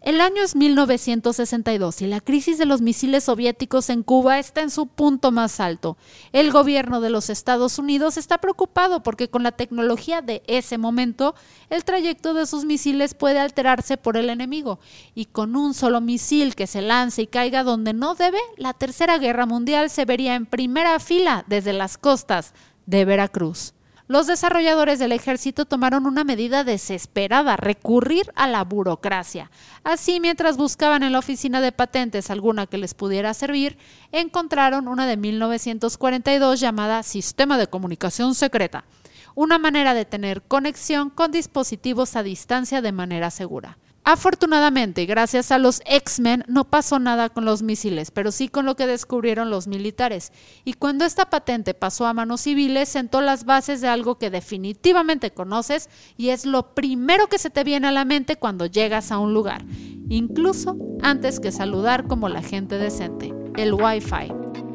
El año es 1962 y la crisis de los misiles soviéticos en Cuba está en su punto más alto. El gobierno de los Estados Unidos está preocupado porque con la tecnología de ese momento, el trayecto de sus misiles puede alterarse por el enemigo. Y con un solo misil que se lance y caiga donde no debe, la Tercera Guerra Mundial se vería en primera fila desde las costas de Veracruz. Los desarrolladores del ejército tomaron una medida desesperada: recurrir a la burocracia. Así, mientras buscaban en la oficina de patentes alguna que les pudiera servir, encontraron una de 1942 llamada Sistema de Comunicación Secreta, una manera de tener conexión con dispositivos a distancia de manera segura. Afortunadamente, gracias a los X-Men, no pasó nada con los misiles, pero sí con lo que descubrieron los militares. Y cuando esta patente pasó a manos civiles, sentó las bases de algo que definitivamente conoces y es lo primero que se te viene a la mente cuando llegas a un lugar, incluso antes que saludar como la gente decente: el Wi-Fi.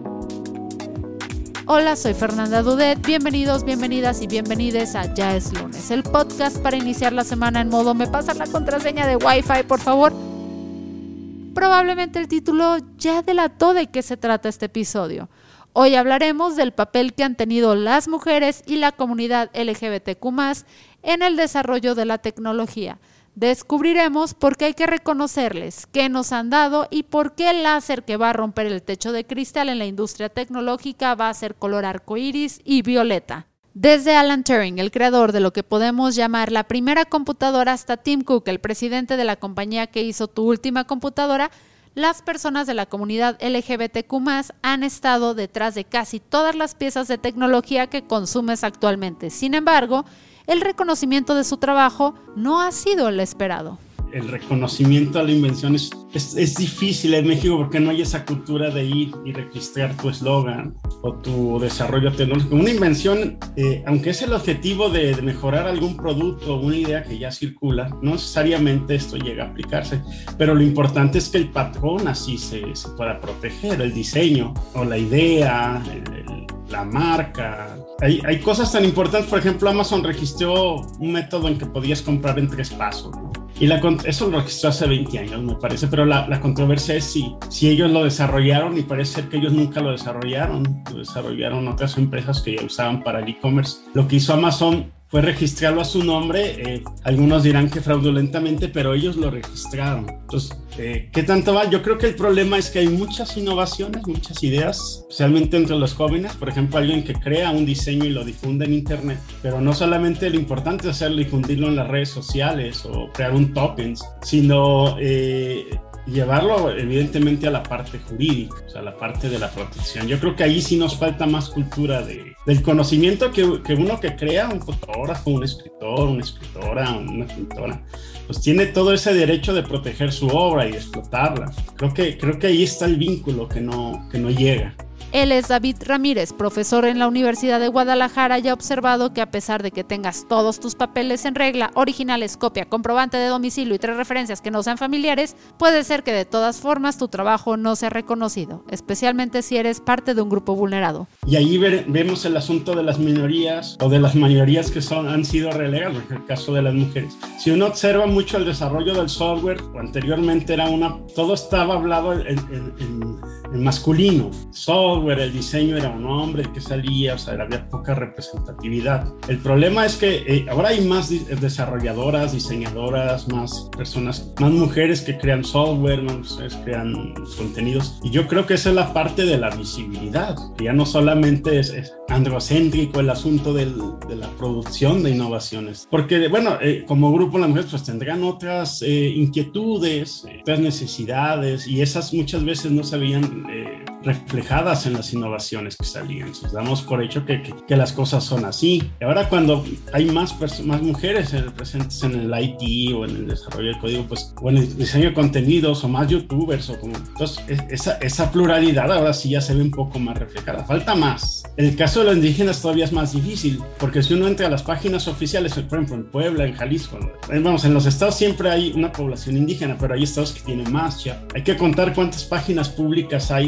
Hola, soy Fernanda Dudet, bienvenidos, bienvenidas y bienvenides a Ya es Lunes, el podcast para iniciar la semana en modo ¿me pasas la contraseña de Wi-Fi, por favor? Probablemente el título ya delató de qué se trata este episodio. Hoy hablaremos del papel que han tenido las mujeres y la comunidad LGBTQ+, en el desarrollo de la tecnología. Descubriremos por qué hay que reconocerles, qué nos han dado y por qué el láser que va a romper el techo de cristal en la industria tecnológica va a ser color arcoíris y violeta. Desde Alan Turing, el creador de lo que podemos llamar la primera computadora, hasta Tim Cook, el presidente de la compañía que hizo tu última computadora, las personas de la comunidad LGBTQ+ han estado detrás de casi todas las piezas de tecnología que consumes actualmente. Sin embargo, el reconocimiento de su trabajo no ha sido el esperado. El reconocimiento a la invención es difícil en México porque no hay esa cultura de ir y registrar tu eslogan o tu desarrollo tecnológico. Una invención, aunque es el objetivo de mejorar algún producto o una idea que ya circula, no necesariamente esto llega a aplicarse, pero lo importante es que el patrón así se pueda proteger, el diseño o la idea, la marca. Hay cosas tan importantes. Por ejemplo, Amazon registró un método en que podías comprar en 3 pasos, ¿no? Y eso lo registró hace 20 años, me parece, pero la controversia es si ellos lo desarrollaron, y parece ser que ellos nunca lo desarrollaron otras empresas que ya usaban para el e-commerce. Lo que hizo Amazon fue registrarlo a su nombre. Algunos dirán que fraudulentamente, pero ellos lo registraron. Entonces, ¿qué tanto va? Yo creo que el problema es que hay muchas innovaciones, muchas ideas, especialmente entre los jóvenes. Por ejemplo, alguien que crea un diseño y lo difunde en internet, pero no solamente lo importante es hacerlo, difundirlo en las redes sociales o crear un tokens, sino llevarlo evidentemente a la parte jurídica, o sea, la parte de la protección. Yo creo que ahí sí nos falta más cultura del conocimiento que uno que crea, un fotógrafo, un escritor, una escritora, una pintora, pues tiene todo ese derecho de proteger su obra y de explotarla. Creo que ahí está el vínculo que no llega. Él es David Ramírez, profesor en la Universidad de Guadalajara, y ha observado que a pesar de que tengas todos tus papeles en regla, originales, copia, comprobante de domicilio y 3 referencias que no sean familiares, puede ser que de todas formas tu trabajo no sea reconocido, especialmente si eres parte de un grupo vulnerado. Y ahí vemos el asunto de las minorías o de las mayorías que han sido relegadas, en el caso de las mujeres. Si uno observa mucho el desarrollo del software, o anteriormente todo estaba hablado en masculino. Software, el diseño era un hombre el que salía, o sea, había poca representatividad. El problema es que ahora hay más desarrolladoras, diseñadoras, más personas, más mujeres que crean software, más mujeres crean contenidos, y yo creo que esa es la parte de la visibilidad, que ya no solamente es androcéntrico el asunto de la producción de innovaciones, porque bueno, como grupo las mujeres pues tendrán otras inquietudes, otras necesidades, y esas muchas veces no se veían reflejadas en las innovaciones que salían. Entonces, damos por hecho que las cosas son así. Y ahora cuando hay más mujeres presentes en el IT o en el desarrollo del código, pues, o en el diseño de contenidos, o más youtubers, entonces esa pluralidad ahora sí ya se ve un poco más reflejada. Falta más. En el caso de los indígenas todavía es más difícil, porque si uno entra a las páginas oficiales, por ejemplo, en Puebla, en Jalisco, vamos, en los estados siempre hay una población indígena, pero hay estados que tienen más ya. Hay que contar cuántas páginas públicas hay que están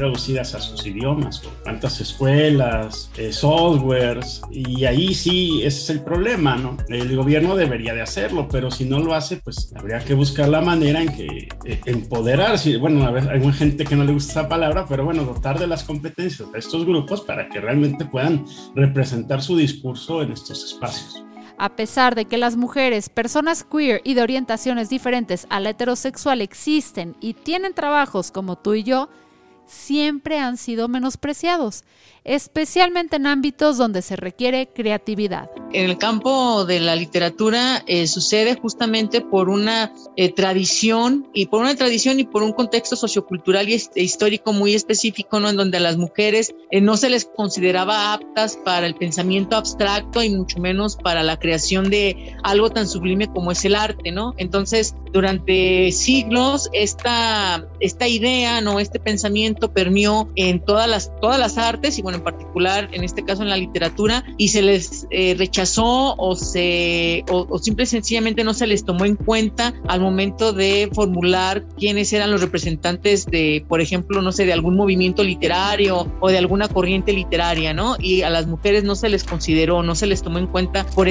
traducidas a sus idiomas, cuántas escuelas, softwares, y ahí sí, ese es el problema, ¿no? El gobierno debería de hacerlo, pero si no lo hace, pues habría que buscar la manera en que empoderarse, bueno, a ver, hay mucha gente que no le gusta esa palabra, pero bueno, dotar de las competencias a estos grupos para que realmente puedan representar su discurso en estos espacios. A pesar de que las mujeres, personas queer y de orientaciones diferentes a la heterosexual existen y tienen trabajos como tú y yo, siempre han sido menospreciados, especialmente en ámbitos donde se requiere creatividad. En el campo de la literatura sucede justamente por una tradición y por un contexto sociocultural y histórico muy específico, ¿no? En donde a las mujeres no se les consideraba aptas para el pensamiento abstracto y mucho menos para la creación de algo tan sublime como es el arte, ¿no? Entonces, durante siglos esta idea, ¿no? Este pensamiento permeó en todas las artes y bueno, en particular en este caso en la literatura, y se les rechazó o simple y sencillamente no se les tomó en cuenta al momento de formular quiénes eran los representantes de, por ejemplo, no sé, de algún movimiento literario o de alguna corriente literaria, ¿no? Y a las mujeres no se les consideró, no se les tomó en cuenta por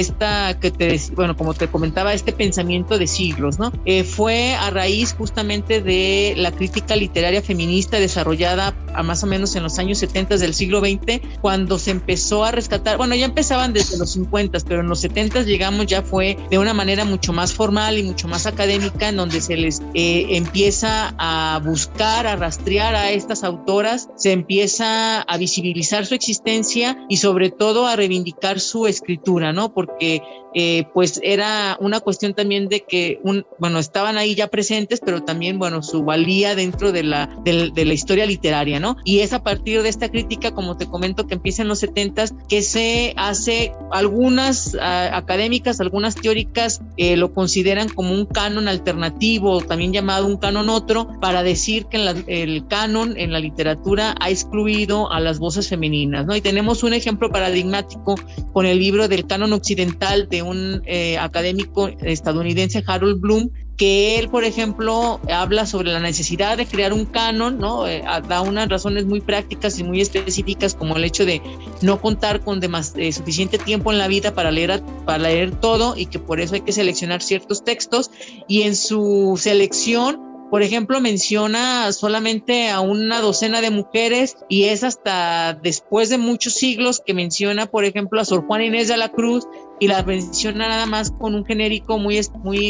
como te comentaba, este pensamiento de siglos, ¿no? Fue a raíz justamente de la crítica literaria feminista desarrollada a más o menos en los años 70 del siglo XX, cuando se empezó a rescatar, bueno, ya empezaban desde los 50, pero en los 70 llegamos, ya fue de una manera mucho más formal y mucho más académica, en donde se les empieza a buscar, a rastrear a estas autoras, se empieza a visibilizar su existencia y sobre todo a reivindicar su escritura, ¿no? Porque pues era una cuestión también de que estaban ahí ya presentes, pero también, bueno, su valía dentro de la historia literaria, ¿no? Y es a partir de esta crítica, como te comento, que empieza en los 70s, que se hace, algunas académicas, algunas teóricas lo consideran como un canon alternativo, también llamado un canon otro, para decir que el canon en la literatura ha excluido a las voces femeninas, ¿no? Y tenemos un ejemplo paradigmático con el libro del canon occidental de un académico estadounidense, Harold Bloom, que él, por ejemplo, habla sobre la necesidad de crear un canon, ¿no? Da unas razones muy prácticas y muy específicas, como el hecho de no contar con suficiente tiempo en la vida para leer todo, y que por eso hay que seleccionar ciertos textos, y en su selección, por ejemplo, menciona solamente a una docena de mujeres, y es hasta después de muchos siglos que menciona, por ejemplo, a Sor Juana Inés de la Cruz, y la menciona nada más con un genérico muy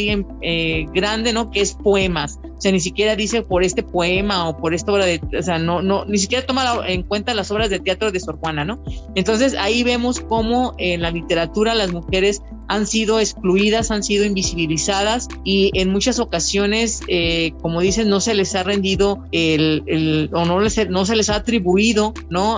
grande, ¿no? Que es poemas. O sea, ni siquiera dice por este poema o por esta obra o sea, no, ni siquiera toma en cuenta las obras de teatro de Sor Juana, ¿no? Entonces ahí vemos cómo en la literatura las mujeres han sido excluidas, han sido invisibilizadas, y en muchas ocasiones, como dicen, no se les ha rendido o no se les ha atribuido, ¿no?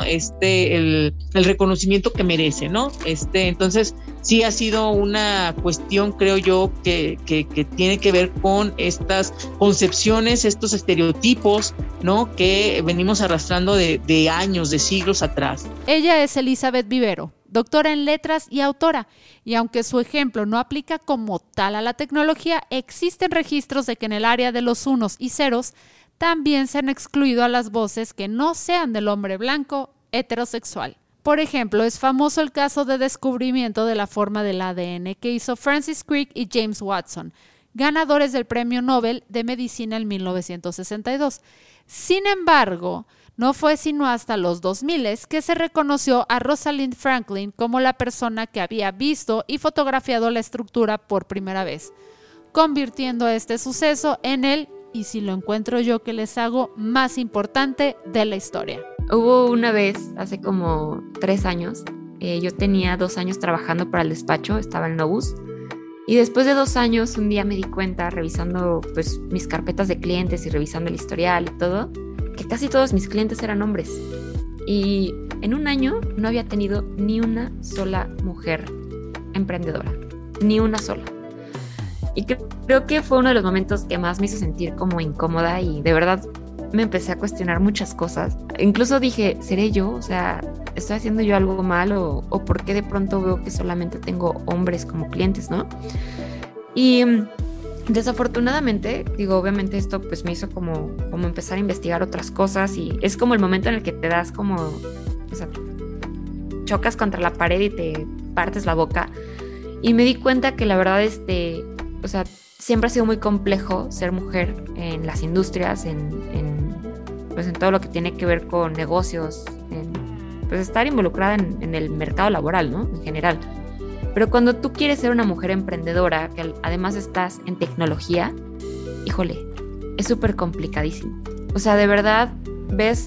El reconocimiento que merece, ¿no? Entonces sí ha sido una cuestión, creo yo, que tiene que ver con estas concepciones, estos estereotipos, ¿no? Que venimos arrastrando de años, de siglos atrás. Ella es Elizabeth Vivero, doctora en letras y autora, y aunque su ejemplo no aplica como tal a la tecnología, existen registros de que en el área de los unos y ceros también se han excluido a las voces que no sean del hombre blanco heterosexual. Por ejemplo, es famoso el caso de descubrimiento de la forma del ADN que hizo Francis Crick y James Watson, ganadores del Premio Nobel de Medicina en 1962. Sin embargo, no fue sino hasta los 2000 que se reconoció a Rosalind Franklin como la persona que había visto y fotografiado la estructura por primera vez, convirtiendo este suceso en el, y si lo encuentro yo que les hago, más importante de la historia. Hubo una vez, hace como 3 años, yo tenía 2 años trabajando para el despacho, estaba en Novus, y después de 2 años un día me di cuenta, revisando pues mis carpetas de clientes y revisando el historial y todo, que casi todos mis clientes eran hombres. Y en un año no había tenido ni una sola mujer emprendedora, ni una sola. Y creo que fue uno de los momentos que más me hizo sentir como incómoda, y de verdad me empecé a cuestionar muchas cosas. Incluso dije, ¿seré yo? O sea, ¿estoy haciendo yo algo mal? ¿O por qué de pronto veo que solamente tengo hombres como clientes, no? Y Desafortunadamente, digo, obviamente esto pues me hizo como empezar a investigar otras cosas y es como el momento en el que te das como, o sea, chocas contra la pared y te partes la boca. Y me di cuenta que la verdad, o sea, siempre ha sido muy complejo ser mujer en las industrias, pues en todo lo que tiene que ver con negocios, pues estar involucrada en el mercado laboral, ¿no? En general. Pero cuando tú quieres ser una mujer emprendedora, que además estás en tecnología, híjole, es súper complicadísimo. O sea, de verdad, ves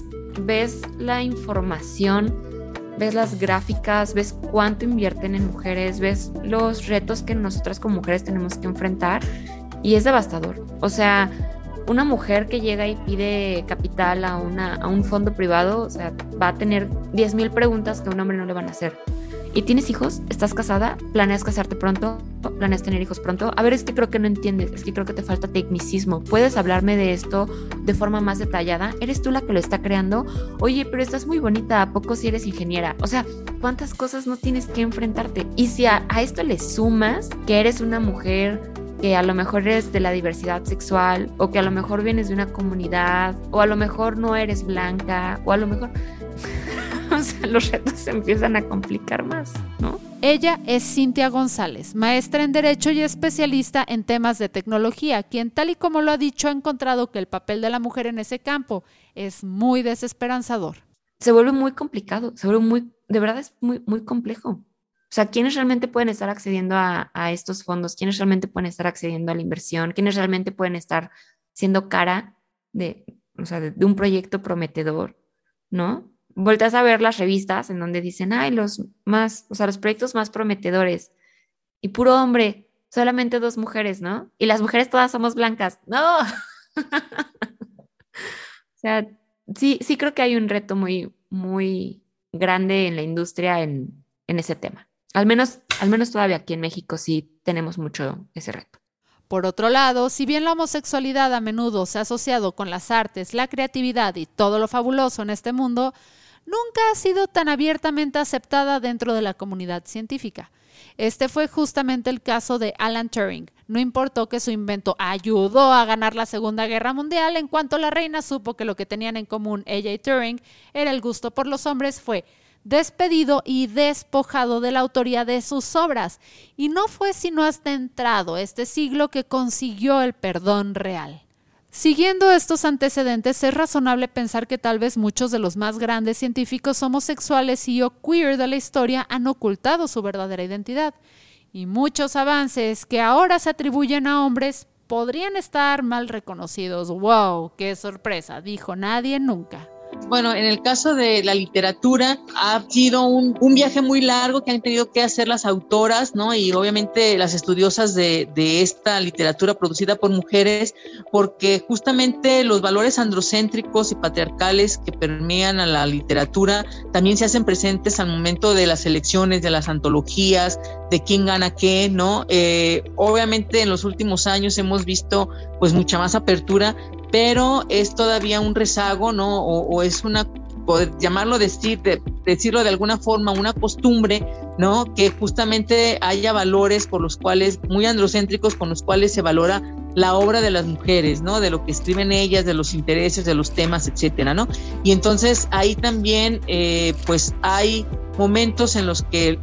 la información, ves las gráficas, ves cuánto invierten en mujeres, ves los retos que nosotras como mujeres tenemos que enfrentar y es devastador. O sea, una mujer que llega y pide capital a un fondo privado, o sea, va a tener 10,000 preguntas que a un hombre no le van a hacer. ¿Y tienes hijos? ¿Estás casada? ¿Planeas casarte pronto? ¿Planeas tener hijos pronto? A ver, es que creo que no entiendes, es que creo que te falta tecnicismo. ¿Puedes hablarme de esto de forma más detallada? ¿Eres tú la que lo está creando? Oye, pero estás muy bonita, ¿a poco si eres ingeniera? O sea, ¿cuántas cosas no tienes que enfrentarte? Y si a esto le sumas que eres una mujer que a lo mejor eres de la diversidad sexual o que a lo mejor vienes de una comunidad o a lo mejor no eres blanca o a lo mejor... O sea, los retos se empiezan a complicar más, ¿no? Ella es Cintia González, maestra en Derecho y especialista en temas de tecnología, quien tal y como lo ha dicho ha encontrado que el papel de la mujer en ese campo es muy desesperanzador. Se vuelve muy complicado, de verdad es muy, muy complejo. O sea, ¿quiénes realmente pueden estar accediendo a estos fondos? ¿Quiénes realmente pueden estar accediendo a la inversión? ¿Quiénes realmente pueden estar siendo cara de un proyecto prometedor, ¿no? Volteas a ver las revistas en donde dicen, ay, los proyectos más prometedores. Y puro hombre, solamente 2 mujeres, ¿no? Y las mujeres todas somos blancas. ¡No! O sea, sí creo que hay un reto muy, muy grande en la industria en ese tema. Al menos todavía aquí en México sí tenemos mucho ese reto. Por otro lado, si bien la homosexualidad a menudo se ha asociado con las artes, la creatividad y todo lo fabuloso en este mundo, nunca ha sido tan abiertamente aceptada dentro de la comunidad científica. Este fue justamente el caso de Alan Turing. No importó que su invento ayudó a ganar la Segunda Guerra Mundial, en cuanto la reina supo que lo que tenían en común ella y Turing era el gusto por los hombres, fue despedido y despojado de la autoría de sus obras. Y no fue sino hasta entrado este siglo que consiguió el perdón real. Siguiendo estos antecedentes, es razonable pensar que tal vez muchos de los más grandes científicos homosexuales y o queer de la historia han ocultado su verdadera identidad. Y muchos avances que ahora se atribuyen a hombres podrían estar mal reconocidos. ¡Wow! ¡Qué sorpresa! Dijo nadie nunca. Bueno, en el caso de la literatura ha sido un viaje muy largo que han tenido que hacer las autoras, ¿no? Y obviamente las estudiosas de esta literatura producida por mujeres, porque justamente los valores androcéntricos y patriarcales que permean a la literatura también se hacen presentes al momento de las selecciones, de las antologías, de quién gana qué, ¿no? Obviamente en los últimos años hemos visto pues mucha más apertura, pero es todavía un rezago, ¿no? O es una, poder llamarlo, decirlo de alguna forma, una costumbre, ¿no? Que justamente haya valores por los cuales, muy androcéntricos, con los cuales se valora la obra de las mujeres, ¿no? De lo que escriben ellas, de los intereses, de los temas, etcétera, ¿no? Y entonces ahí también, pues hay momentos en los que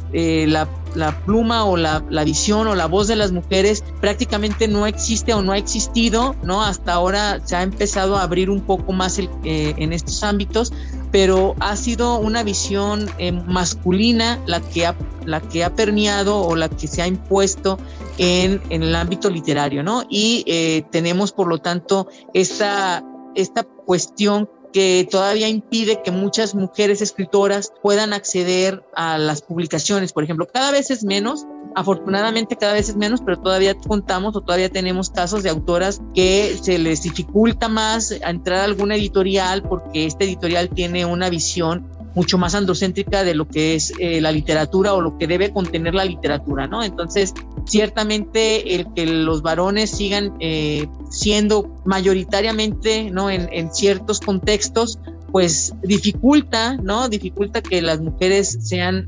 la pluma o la visión o la voz de las mujeres prácticamente no existe o no ha existido, ¿no? Hasta ahora se ha empezado a abrir un poco más en estos ámbitos, pero ha sido una visión masculina la que ha permeado o la que se ha impuesto en el ámbito literario, ¿no? Y tenemos, por lo tanto, esta cuestión que todavía impide que muchas mujeres escritoras puedan acceder a las publicaciones, por ejemplo. Cada vez es menos, afortunadamente cada vez es menos, pero todavía contamos o todavía tenemos casos de autoras que se les dificulta más entrar a alguna editorial porque esta editorial tiene una visión mucho más androcéntrica de lo que es la literatura o lo que debe contener la literatura, ¿no? Entonces, ciertamente el que los varones sigan siendo mayoritariamente, ¿no? En ciertos contextos, pues dificulta, ¿no? Dificulta que las mujeres sean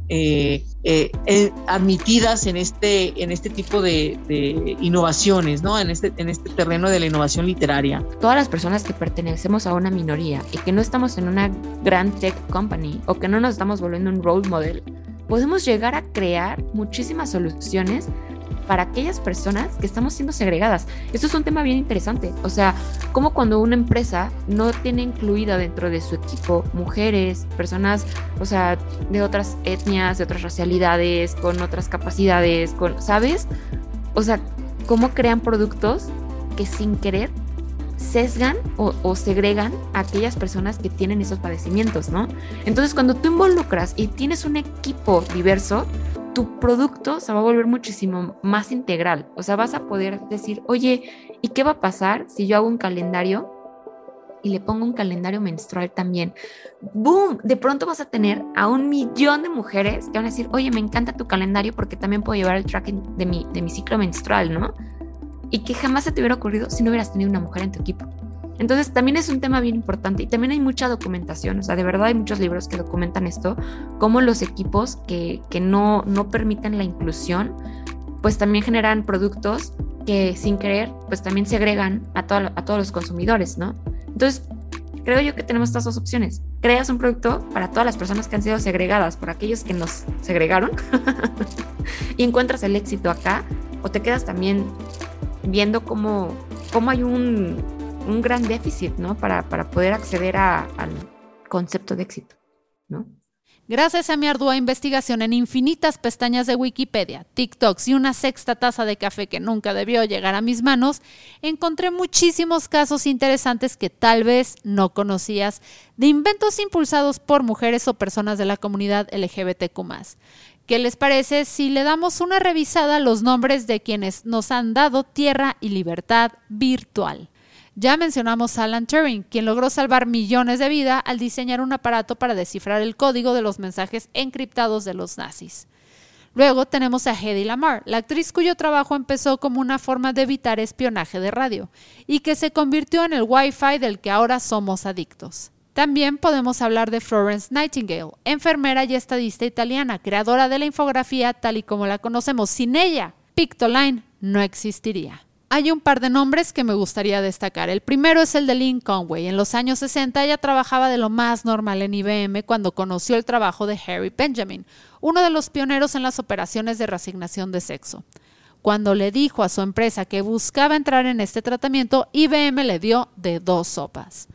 admitidas en este tipo de innovaciones, ¿no? En este terreno de la innovación literaria. Todas las personas que pertenecemos a una minoría y que no estamos en una gran tech company o que no nos estamos volviendo un role model, podemos llegar a crear muchísimas soluciones para aquellas personas que estamos siendo segregadas. Esto es un tema bien interesante. O sea, como cuando una empresa no tiene incluida dentro de su equipo mujeres, personas, o sea, de otras etnias, de otras racialidades, con otras capacidades, ¿sabes? O sea, cómo crean productos que sin querer sesgan o segregan a aquellas personas que tienen esos padecimientos, ¿no? Entonces, cuando tú involucras y tienes un equipo diverso, tu producto se va a volver muchísimo más integral. O sea, vas a poder decir, oye, ¿y qué va a pasar si yo hago un calendario y le pongo un calendario menstrual también? ¡Boom! De pronto vas a tener a 1 millón de mujeres que van a decir, oye, me encanta tu calendario porque también puedo llevar el tracking de mi ciclo menstrual, ¿no? Y que jamás se te hubiera ocurrido si no hubieras tenido una mujer en tu equipo. Entonces también es un tema bien importante y también hay mucha documentación, o sea, de verdad hay muchos libros que documentan esto, cómo los equipos que no permiten la inclusión, pues también generan productos que sin querer, pues también segregan a todos los consumidores, ¿no? Entonces, creo yo que tenemos estas 2 opciones. Creas un producto para todas las personas que han sido segregadas por aquellos que nos segregaron y encuentras el éxito acá, o te quedas también viendo cómo hay un gran déficit, ¿no? Para poder acceder al concepto de éxito, ¿no? Gracias a mi ardua investigación en infinitas pestañas de Wikipedia, TikToks y una 6ª taza de café que nunca debió llegar a mis manos, encontré muchísimos casos interesantes que tal vez no conocías de inventos impulsados por mujeres o personas de la comunidad LGBTQ+. ¿Qué les parece si le damos una revisada a los nombres de quienes nos han dado tierra y libertad virtual? Ya mencionamos a Alan Turing, quien logró salvar millones de vidas al diseñar un aparato para descifrar el código de los mensajes encriptados de los nazis. Luego tenemos a Hedy Lamarr, la actriz cuyo trabajo empezó como una forma de evitar espionaje de radio y que se convirtió en el Wi-Fi del que ahora somos adictos. También podemos hablar de Florence Nightingale, enfermera y estadista italiana, creadora de la infografía tal y como la conocemos. Sin ella, Pictoline no existiría. Hay un par de nombres que me gustaría destacar. El primero es el de Lynn Conway. En los años 60 ella trabajaba de lo más normal en IBM cuando conoció el trabajo de Harry Benjamin, uno de los pioneros en las operaciones de reasignación de sexo. Cuando le dijo a su empresa que buscaba entrar en este tratamiento, IBM le dio de 2 sopas.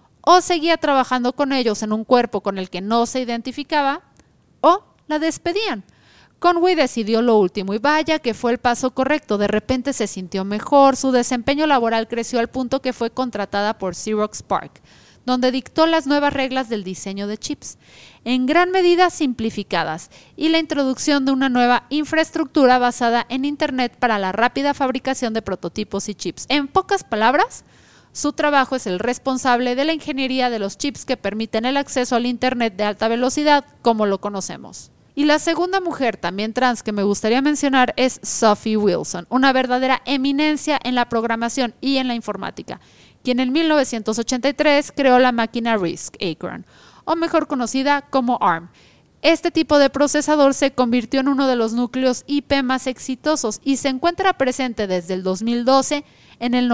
O seguía trabajando con ellos en un cuerpo con el que no se identificaba, o la despedían. Conway decidió lo último y vaya que fue el paso correcto. De repente se sintió mejor, su desempeño laboral creció al punto que fue contratada por Xerox PARC, donde dictó las nuevas reglas del diseño de chips, en gran medida simplificadas, y la introducción de una nueva infraestructura basada en Internet para la rápida fabricación de prototipos y chips. En pocas palabras, su trabajo es el responsable de la ingeniería de los chips que permiten el acceso al Internet de alta velocidad como lo conocemos. Y la segunda mujer, también trans, que me gustaría mencionar es Sophie Wilson, una verdadera eminencia en la programación y en la informática, quien en 1983 creó la máquina RISC-Acorn, o mejor conocida como ARM. Este tipo de procesador se convirtió en uno de los núcleos IP más exitosos y se encuentra presente desde el 2012 en el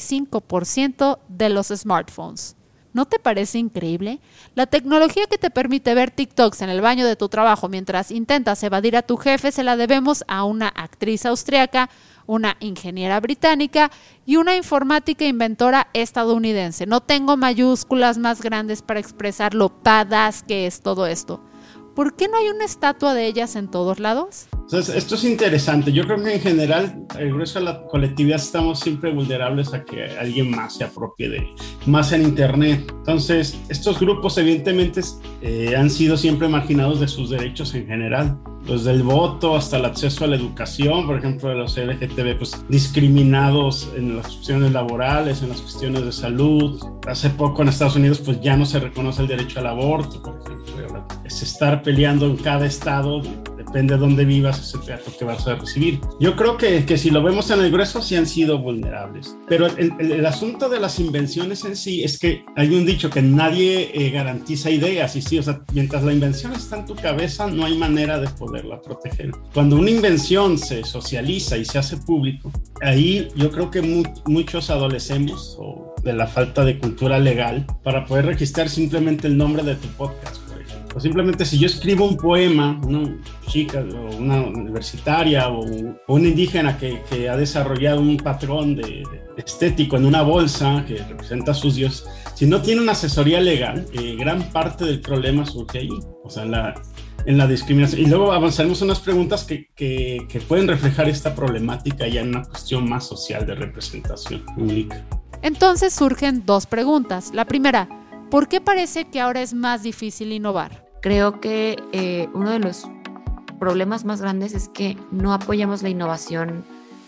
95% de los smartphones. ¿No te parece increíble? La tecnología que te permite ver TikToks en el baño de tu trabajo mientras intentas evadir a tu jefe se la debemos a una actriz austriaca, una ingeniera británica y una informática inventora estadounidense. No tengo mayúsculas más grandes para expresar lo badass que es todo esto. ¿Por qué no hay una estatua de ellas en todos lados? Entonces, esto es interesante. Yo creo que en general, el grueso de la colectividad estamos siempre vulnerables a que alguien más se apropie de más en Internet. Entonces, estos grupos evidentemente han sido siempre marginados de sus derechos en general. Desde el voto hasta el acceso a la educación, por ejemplo, de los LGTB, pues discriminados en las cuestiones laborales, en las cuestiones de salud. Hace poco en Estados Unidos, pues ya no se reconoce el derecho al aborto, por ejemplo. Es estar peleando en cada estado de depende de dónde vivas, es el trato que vas a recibir. Yo creo que si lo vemos en el grueso, sí han sido vulnerables. Pero el asunto de las invenciones en sí es que hay un dicho que nadie garantiza ideas, y sí, o sea, mientras la invención está en tu cabeza, no hay manera de poderla proteger. Cuando una invención se socializa y se hace público, ahí yo creo que muchos adolecemos de la falta de cultura legal para poder registrar simplemente el nombre de tu podcast, por ejemplo. O simplemente si yo escribo un poema, una chica o una universitaria o una indígena que ha desarrollado un patrón de estético en una bolsa que representa a sus dioses, si no tiene una asesoría legal, gran parte del problema surge ahí, o sea, en la discriminación. Y luego avanzaremos unas preguntas que pueden reflejar esta problemática ya en una cuestión más social de representación pública. Entonces surgen dos preguntas. La primera, ¿por qué parece que ahora es más difícil innovar? Creo que uno de los problemas más grandes es que no apoyamos la innovación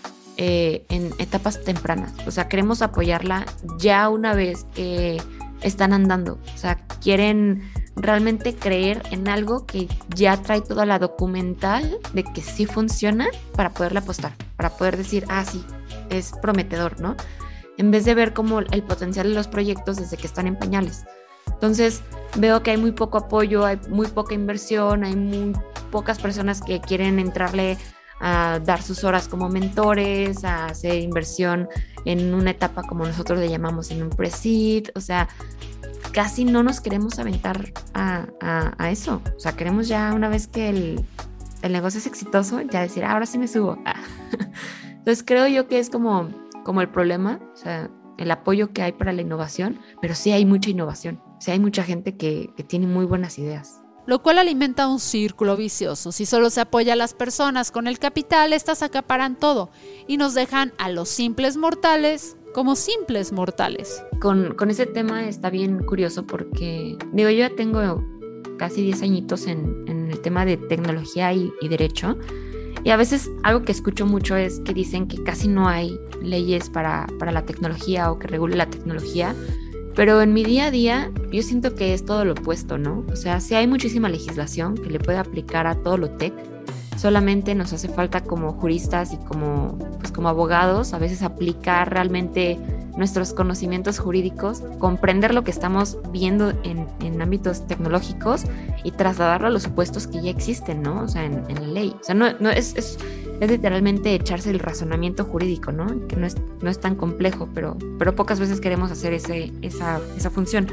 en etapas tempranas. O sea, queremos apoyarla ya una vez que están andando. O sea, quieren realmente creer en algo que ya trae toda la documental de que sí funciona para poderle apostar, para poder decir, sí, es prometedor, ¿no? En vez de ver como el potencial de los proyectos desde que están en pañales. Entonces veo que hay muy poco apoyo, hay muy poca inversión, hay muy pocas personas que quieren entrarle a dar sus horas como mentores, a hacer inversión en una etapa como nosotros le llamamos en un pre-seed. O sea, casi no nos queremos aventar a eso. O sea, queremos ya una vez que el negocio es exitoso, ya decir, ahora sí me subo. Entonces creo yo que es como el problema, o sea, el apoyo que hay para la innovación, pero sí hay mucha innovación, sí hay mucha gente que tiene muy buenas ideas. Lo cual alimenta un círculo vicioso. Si solo se apoya a las personas con el capital, estas acaparan todo y nos dejan a los simples mortales como simples mortales. Con ese tema está bien curioso porque, digo, yo ya tengo casi 10 añitos en el tema de tecnología y derecho. Y a veces algo que escucho mucho es que dicen que casi no hay leyes para la tecnología o que regule la tecnología, pero en mi día a día yo siento que es todo lo opuesto, ¿no? O sea, sí hay muchísima legislación que le puede aplicar a todo lo tech, solamente nos hace falta como juristas y como abogados a veces aplicar realmente nuestros conocimientos jurídicos, comprender lo que estamos viendo en ámbitos tecnológicos y trasladarlo a los supuestos que ya existen, ¿no? O sea, en la ley. O sea, no es literalmente echarse el razonamiento jurídico, ¿no? Que no es tan complejo, pero pocas veces queremos hacer esa función.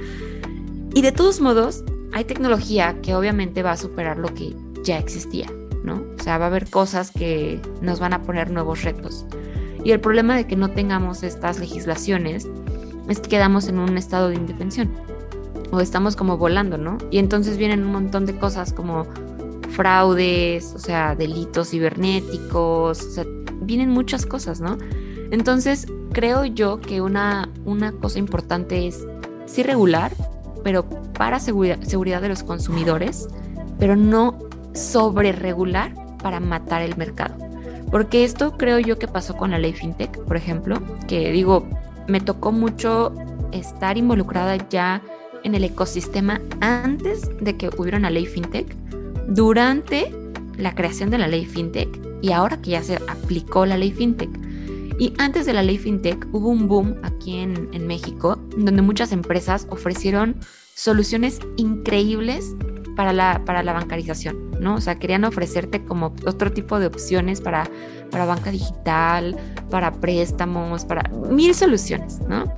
Y de todos modos, hay tecnología que obviamente va a superar lo que ya existía, ¿no? O sea, va a haber cosas que nos van a poner nuevos retos. Y el problema de que no tengamos estas legislaciones es que quedamos en un estado de indefensión o estamos como volando, ¿no? Y entonces vienen un montón de cosas como fraudes, o sea, delitos cibernéticos, o sea, vienen muchas cosas, ¿no? Entonces creo yo que una cosa importante es sí regular, pero para seguridad de los consumidores, pero no sobreregular para matar el mercado. Porque esto creo yo que pasó con la ley FinTech, por ejemplo, que digo, me tocó mucho estar involucrada ya en el ecosistema antes de que hubiera una ley FinTech, durante la creación de la ley FinTech y ahora que ya se aplicó la ley FinTech. Y antes de la ley FinTech hubo un boom aquí en México, donde muchas empresas ofrecieron soluciones increíbles para la bancarización, ¿no? O sea, querían ofrecerte como otro tipo de opciones para banca digital, para préstamos, para 1000 soluciones, ¿no?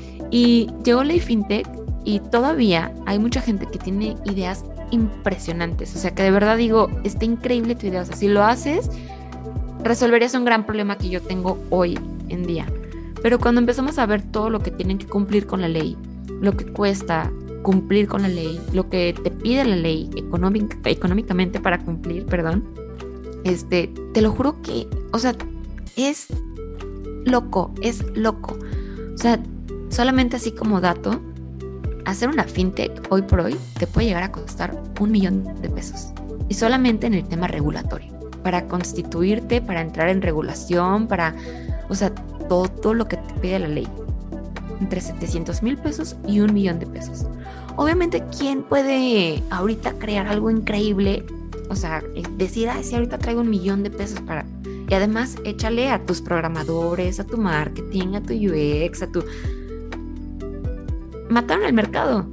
Y llegó la FinTech y todavía hay mucha gente que tiene ideas impresionantes. O sea, que de verdad digo, está increíble tu idea. O sea, si lo haces, resolverías un gran problema que yo tengo hoy en día. Pero cuando empezamos a ver todo lo que tienen que cumplir con la ley, lo que cuesta cumplir con la ley, lo que te pide la ley económicamente para cumplir, te lo juro que, o sea, es loco. O sea, solamente así como dato, hacer una fintech hoy por hoy te puede llegar a costar $1,000,000 y solamente en el tema regulatorio, para constituirte, para entrar en regulación, o sea, todo lo que te pide la ley, entre $700,000 y $1,000,000. Obviamente, ¿quién puede ahorita crear algo increíble O sea, decir, si ahorita traigo $1,000,000 para... Y además, échale a tus programadores, a tu marketing, a tu UX, a tu... Mataron el mercado.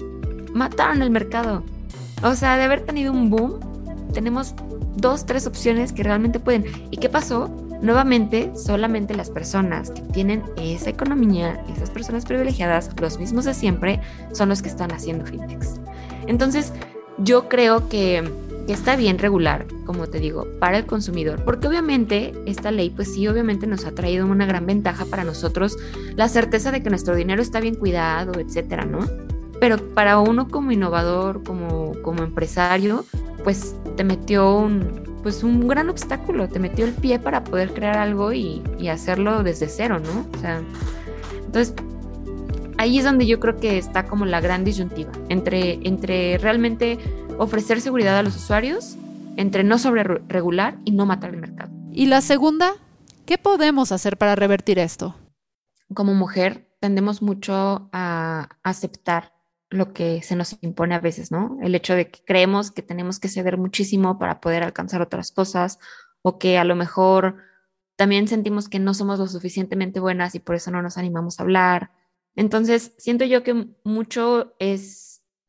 O sea, de haber tenido un boom, tenemos 2, 3 opciones que realmente pueden. ¿Y qué pasó? Nuevamente, solamente las personas que tienen esa economía, esas personas privilegiadas, los mismos de siempre, son los que están haciendo fintechs. Entonces, yo creo que está bien regular, como te digo, para el consumidor, porque obviamente esta ley, pues sí, obviamente nos ha traído una gran ventaja para nosotros, la certeza de que nuestro dinero está bien cuidado, etcétera, ¿no? Pero para uno como innovador, como empresario, pues te metió un gran obstáculo, te metió el pie para poder crear algo y hacerlo desde cero, ¿no? O sea, entonces ahí es donde yo creo que está como la gran disyuntiva entre realmente ofrecer seguridad a los usuarios, entre no sobreregular y no matar el mercado. ¿Y la segunda? ¿Qué podemos hacer para revertir esto? Como mujer tendemos mucho a aceptar lo que se nos impone a veces, ¿no? El hecho de que creemos que tenemos que ceder muchísimo para poder alcanzar otras cosas, o que a lo mejor también sentimos que no somos lo suficientemente buenas y por eso no nos animamos a hablar. Entonces, siento yo que mucho es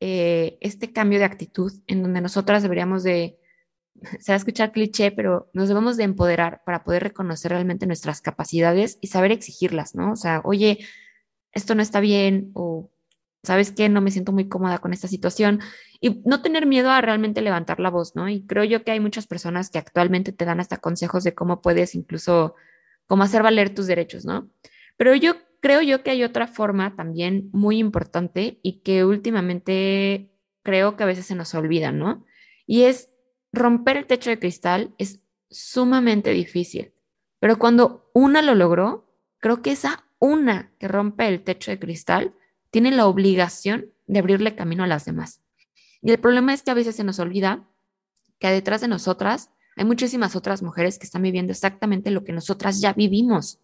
este cambio de actitud en donde nosotras deberíamos de, se va a escuchar cliché, pero nos debemos de empoderar para poder reconocer realmente nuestras capacidades y saber exigirlas, ¿no? O sea, oye, esto no está bien, o ¿sabes qué? No me siento muy cómoda con esta situación, y no tener miedo a realmente levantar la voz, ¿no? Y creo yo que hay muchas personas que actualmente te dan hasta consejos de cómo puedes incluso, cómo hacer valer tus derechos, ¿no? Pero yo creo yo que hay otra forma también muy importante y que últimamente creo que a veces se nos olvida, ¿no? Y es romper el techo de cristal. Es sumamente difícil, pero cuando una lo logró, creo que esa una que rompe el techo de cristal tiene la obligación de abrirle camino a las demás. Y el problema es que a veces se nos olvida que detrás de nosotras hay muchísimas otras mujeres que están viviendo exactamente lo que nosotras ya vivimos.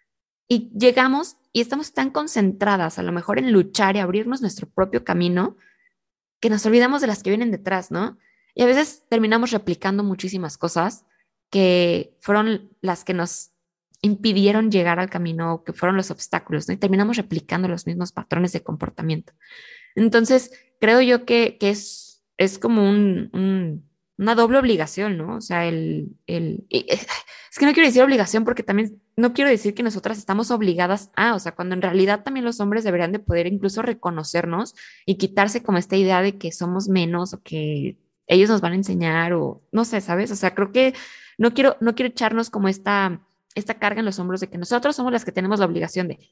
Y llegamos y estamos tan concentradas a lo mejor en luchar y abrirnos nuestro propio camino que nos olvidamos de las que vienen detrás, ¿no? Y a veces terminamos replicando muchísimas cosas que fueron las que nos impidieron llegar al camino, que fueron los obstáculos, ¿no? Y terminamos replicando los mismos patrones de comportamiento. Entonces, creo yo que es como una doble obligación, ¿no? O sea, es que no quiero decir obligación porque también no quiero decir que nosotras estamos obligadas o sea, cuando en realidad también los hombres deberían de poder incluso reconocernos y quitarse como esta idea de que somos menos o que ellos nos van a enseñar o no sé, ¿sabes? O sea, creo que no quiero echarnos como esta carga en los hombros de que nosotros somos las que tenemos la obligación de,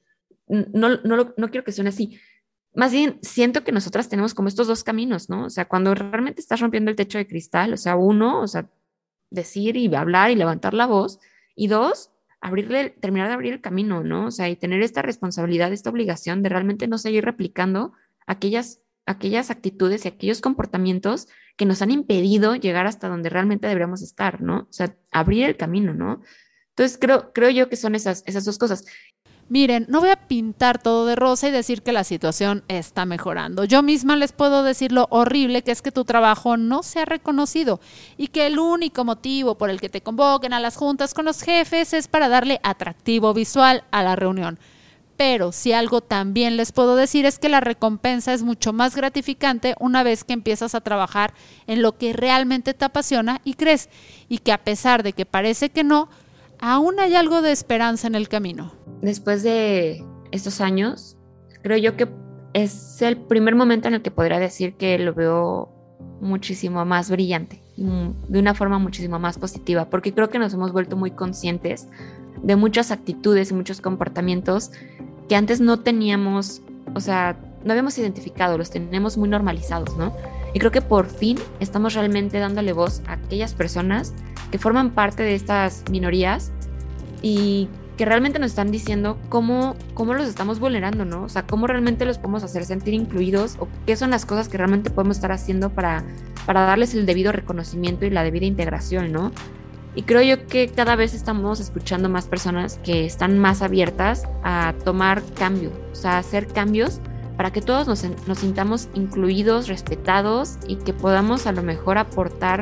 no quiero que suene así. Más bien, siento que nosotras tenemos como estos dos caminos, ¿no? O sea, cuando realmente estás rompiendo el techo de cristal, o sea, uno, o sea, decir y hablar y levantar la voz, y dos, terminar de abrir el camino, ¿no? O sea, y tener esta responsabilidad, esta obligación de realmente no seguir replicando aquellas actitudes y aquellos comportamientos que nos han impedido llegar hasta donde realmente deberíamos estar, ¿no? O sea, abrir el camino, ¿no? Entonces, creo yo que son esas dos cosas. Miren, no voy a pintar todo de rosa y decir que la situación está mejorando. Yo misma les puedo decir lo horrible que es que tu trabajo no se ha reconocido y que el único motivo por el que te convoquen a las juntas con los jefes es para darle atractivo visual a la reunión. Pero si algo también les puedo decir es que la recompensa es mucho más gratificante una vez que empiezas a trabajar en lo que realmente te apasiona y crees, y que a pesar de que parece que no, aún hay algo de esperanza en el camino. Después de estos años, creo yo que es el primer momento en el que podría decir que lo veo muchísimo más brillante, de una forma muchísimo más positiva, porque creo que nos hemos vuelto muy conscientes de muchas actitudes y muchos comportamientos que antes no teníamos, o sea, no habíamos identificado, los tenemos muy normalizados, ¿no? Y creo que por fin estamos realmente dándole voz a aquellas personas que forman parte de estas minorías y que realmente nos están diciendo cómo los estamos vulnerando, ¿no? O sea, cómo realmente los podemos hacer sentir incluidos o qué son las cosas que realmente podemos estar haciendo para darles el debido reconocimiento y la debida integración, ¿no? Y creo yo que cada vez estamos escuchando más personas que están más abiertas a tomar cambio, o sea, a hacer cambios para que todos nos sintamos incluidos, respetados y que podamos a lo mejor aportar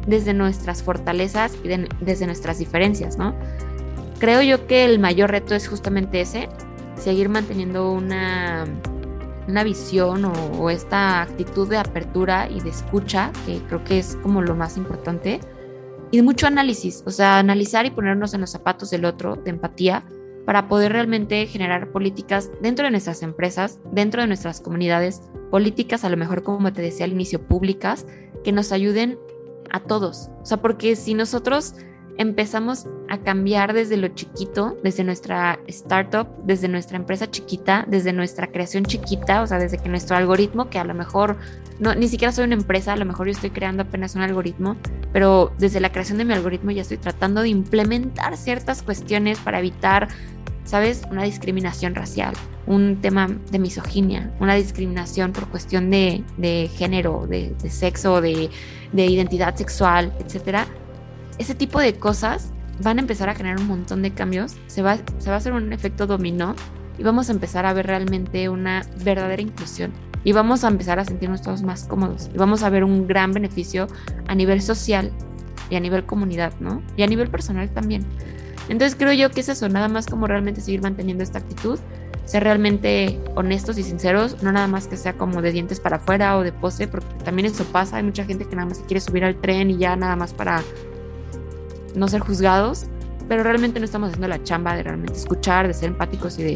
desde nuestras fortalezas y desde nuestras diferencias, ¿no? Creo yo que el mayor reto es justamente ese, seguir manteniendo una visión o esta actitud de apertura y de escucha, que creo que es como lo más importante, y de mucho análisis, o sea, analizar y ponernos en los zapatos del otro, de empatía, para poder realmente generar políticas dentro de nuestras empresas, dentro de nuestras comunidades, políticas a lo mejor, como te decía al inicio, públicas, que nos ayuden a todos. O sea, porque si nosotros empezamos a cambiar desde lo chiquito, desde nuestra startup, desde nuestra empresa chiquita, desde nuestra creación chiquita, o sea, desde que nuestro algoritmo, que a lo mejor ni siquiera soy una empresa, a lo mejor yo estoy creando apenas un algoritmo, pero desde la creación de mi algoritmo ya estoy tratando de implementar ciertas cuestiones para evitar, ¿sabes?, una discriminación racial, un tema de misoginia, una discriminación por cuestión de género, de sexo, de identidad sexual, etcétera. Ese tipo de cosas van a empezar a generar un montón de cambios, se va a hacer un efecto dominó y vamos a empezar a ver realmente una verdadera inclusión y vamos a empezar a sentirnos todos más cómodos y vamos a ver un gran beneficio a nivel social y a nivel comunidad, ¿no? Y a nivel personal también. Entonces creo yo que es eso, nada más como realmente seguir manteniendo esta actitud, ser realmente honestos y sinceros, no nada más que sea como de dientes para afuera o de pose, porque también eso pasa, hay mucha gente que nada más se quiere subir al tren y ya nada más para no ser juzgados, pero realmente no estamos haciendo la chamba de realmente escuchar, de ser empáticos y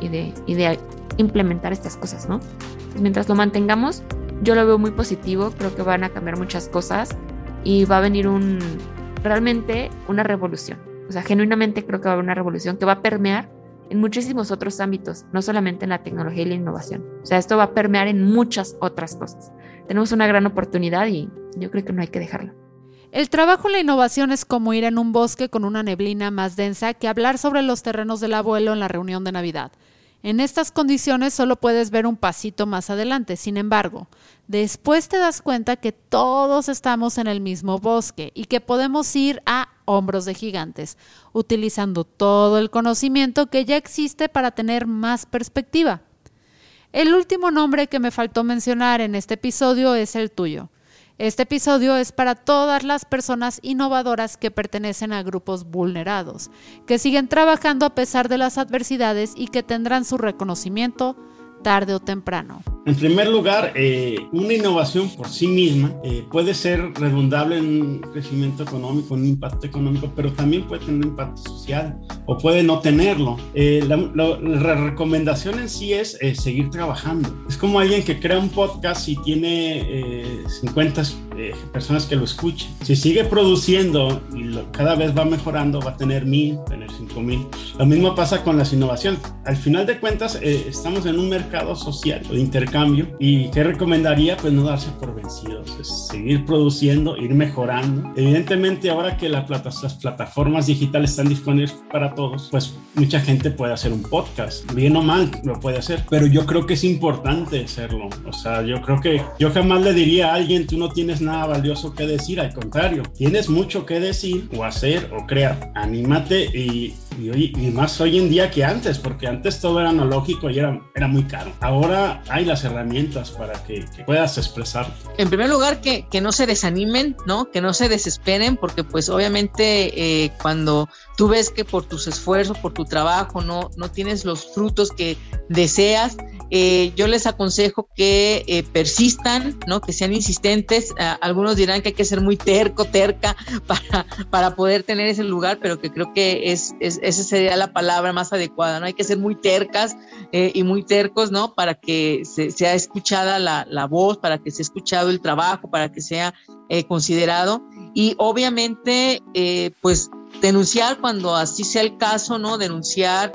de implementar estas cosas, ¿no? Entonces, mientras lo mantengamos, yo lo veo muy positivo, creo que van a cambiar muchas cosas y va a venir realmente una revolución. O sea, genuinamente creo que va a haber una revolución que va a permear en muchísimos otros ámbitos, no solamente en la tecnología y la innovación. O sea, esto va a permear en muchas otras cosas. Tenemos una gran oportunidad y yo creo que no hay que dejarla. El trabajo en la innovación es como ir en un bosque con una neblina más densa que hablar sobre los terrenos del abuelo en la reunión de Navidad. En estas condiciones solo puedes ver un pasito más adelante. Sin embargo, después te das cuenta que todos estamos en el mismo bosque y que podemos ir a hombros de gigantes, utilizando todo el conocimiento que ya existe para tener más perspectiva. El último nombre que me faltó mencionar en este episodio es el tuyo. Este episodio es para todas las personas innovadoras que pertenecen a grupos vulnerados, que siguen trabajando a pesar de las adversidades y que tendrán su reconocimiento tarde o temprano. En primer lugar, una innovación por sí misma puede ser redundable en un crecimiento económico, un impacto económico, pero también puede tener un impacto social o puede no tenerlo. La recomendación en sí es seguir trabajando. Es como alguien que crea un podcast y tiene 50 personas que lo escuchen. Si sigue produciendo y cada vez va mejorando, va a tener 1,000, tener 5,000. Lo mismo pasa con las innovaciones. Al final de cuentas, estamos en un mercado social de intercambio. ¿Y qué recomendaría? Pues no darse por vencidos, es seguir produciendo, ir mejorando. Evidentemente, ahora que las plataformas digitales están disponibles para todos, pues mucha gente puede hacer un podcast, bien o mal lo puede hacer, pero yo creo que es importante hacerlo. O sea, yo creo que yo jamás le diría a alguien, tú no tienes nada valioso que decir, al contrario, tienes mucho que decir o hacer o crear. Anímate y más hoy en día que antes, porque antes todo era analógico y era muy caro. Ahora hay las herramientas para que puedas expresar. En primer lugar, que no se desanimen, ¿no? Que no se desesperen, porque pues obviamente cuando tú ves que por tus esfuerzos, por tu trabajo, no tienes los frutos que deseas, yo les aconsejo que persistan, ¿no? Que sean insistentes. Algunos dirán que hay que ser muy terca para poder tener ese lugar, pero que creo que esa sería la palabra más adecuada, ¿no? Hay que ser muy tercas y muy tercos, ¿no? Para que sea escuchada la voz, para que sea escuchado el trabajo, para que sea considerado. Y obviamente, pues denunciar cuando así sea el caso, ¿no? Denunciar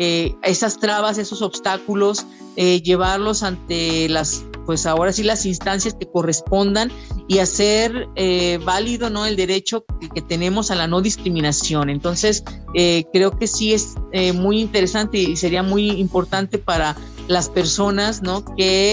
esas trabas, esos obstáculos, llevarlos ante pues ahora sí las instancias que correspondan y hacer válido, ¿no? El derecho que tenemos a la no discriminación. Entonces, creo que sí es muy interesante y sería muy importante para las personas, ¿no?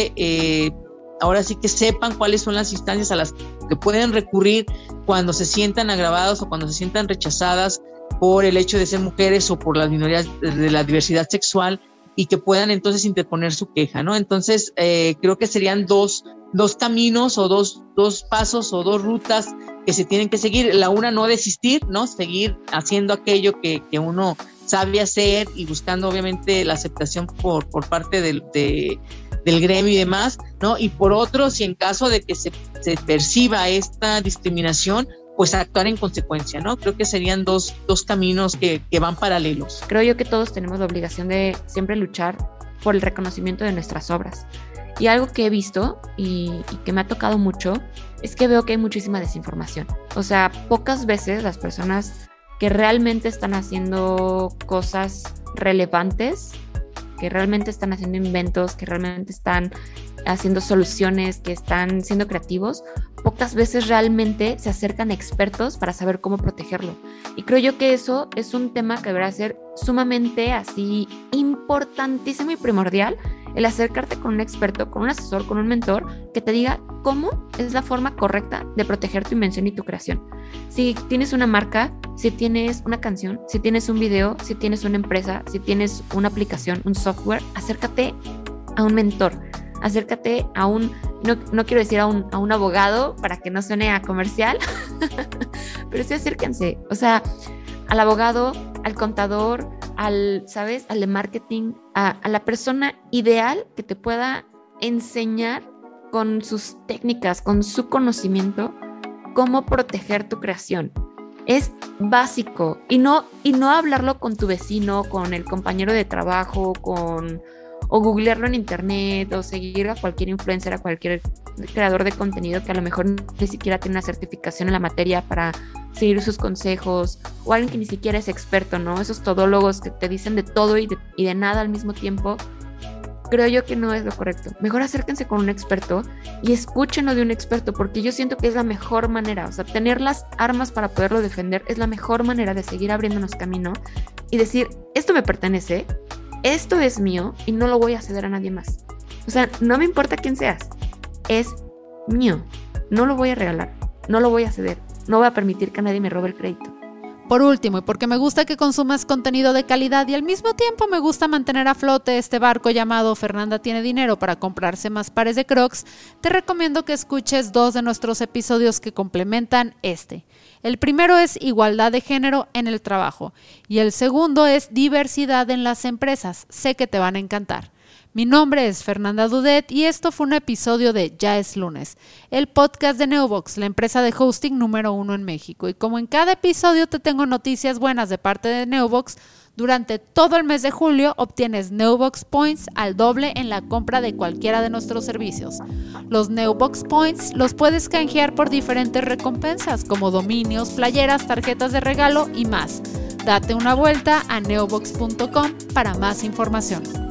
Que ahora sí que sepan cuáles son las instancias a las que pueden recurrir cuando se sientan agravados o cuando se sientan rechazadas por el hecho de ser mujeres o por las minorías de la diversidad sexual, y que puedan entonces interponer su queja, ¿no? Entonces, creo que serían dos caminos o dos pasos o dos rutas que se tienen que seguir. La una, no desistir, ¿no? Seguir haciendo aquello que uno sabe hacer y buscando obviamente la aceptación por parte del gremio y demás, ¿no? Y por otro, si en caso de que se perciba esta discriminación, pues actuar en consecuencia, ¿no? Creo que serían dos caminos que van paralelos. Creo yo que todos tenemos la obligación de siempre luchar por el reconocimiento de nuestras obras. Y algo que he visto y que me ha tocado mucho es que veo que hay muchísima desinformación. O sea, pocas veces las personas que realmente están haciendo cosas relevantes, que realmente están haciendo inventos, que realmente están haciendo soluciones, que están siendo creativos, pocas veces realmente se acercan a expertos para saber cómo protegerlo. Y creo yo que eso es un tema que deberá ser sumamente así importantísimo y primordial, el acercarte con un experto, con un asesor, con un mentor que te diga cómo es la forma correcta de proteger tu invención y tu creación. Si tienes una marca, si tienes una canción, si tienes un video, si tienes una empresa, si tienes una aplicación, un software, acércate a un mentor, acércate a un, no quiero decir a un abogado para que no suene a comercial, pero sí acérquense, o sea, al abogado, al contador, ¿sabes? Al de marketing, a la persona ideal que te pueda enseñar con sus técnicas, con su conocimiento, cómo proteger tu creación. Es básico. Y no hablarlo con tu vecino, con el compañero de trabajo, o googlearlo en internet, o seguir a cualquier influencer, a cualquier creador de contenido que a lo mejor ni siquiera tiene una certificación en la materia para seguir sus consejos, o alguien que ni siquiera es experto, ¿no? Esos todólogos que te dicen de todo y de nada al mismo tiempo. Creo yo que no es lo correcto. Mejor acérquense con un experto y escúchenlo de un experto, porque yo siento que es la mejor manera. O sea, tener las armas para poderlo defender es la mejor manera de seguir abriéndonos camino y decir, esto me pertenece, esto es mío y no lo voy a ceder a nadie más. O sea, no me importa quién seas, es mío. No lo voy a regalar, no lo voy a ceder, no voy a permitir que nadie me robe el crédito. Por último, y porque me gusta que consumas contenido de calidad y al mismo tiempo me gusta mantener a flote este barco llamado Fernanda tiene dinero para comprarse más pares de Crocs, te recomiendo que escuches 2 de nuestros episodios que complementan este. El primero es igualdad de género en el trabajo y el segundo es diversidad en las empresas. Sé que te van a encantar. Mi nombre es Fernanda Dudet y esto fue un episodio de Ya es lunes, el podcast de Neobox, la empresa de hosting número 1 en México. Y como en cada episodio te tengo noticias buenas de parte de Neobox, durante todo el mes de julio obtienes Neobox Points al doble en la compra de cualquiera de nuestros servicios. Los Neobox Points los puedes canjear por diferentes recompensas como dominios, playeras, tarjetas de regalo y más. Date una vuelta a neobox.com para más información.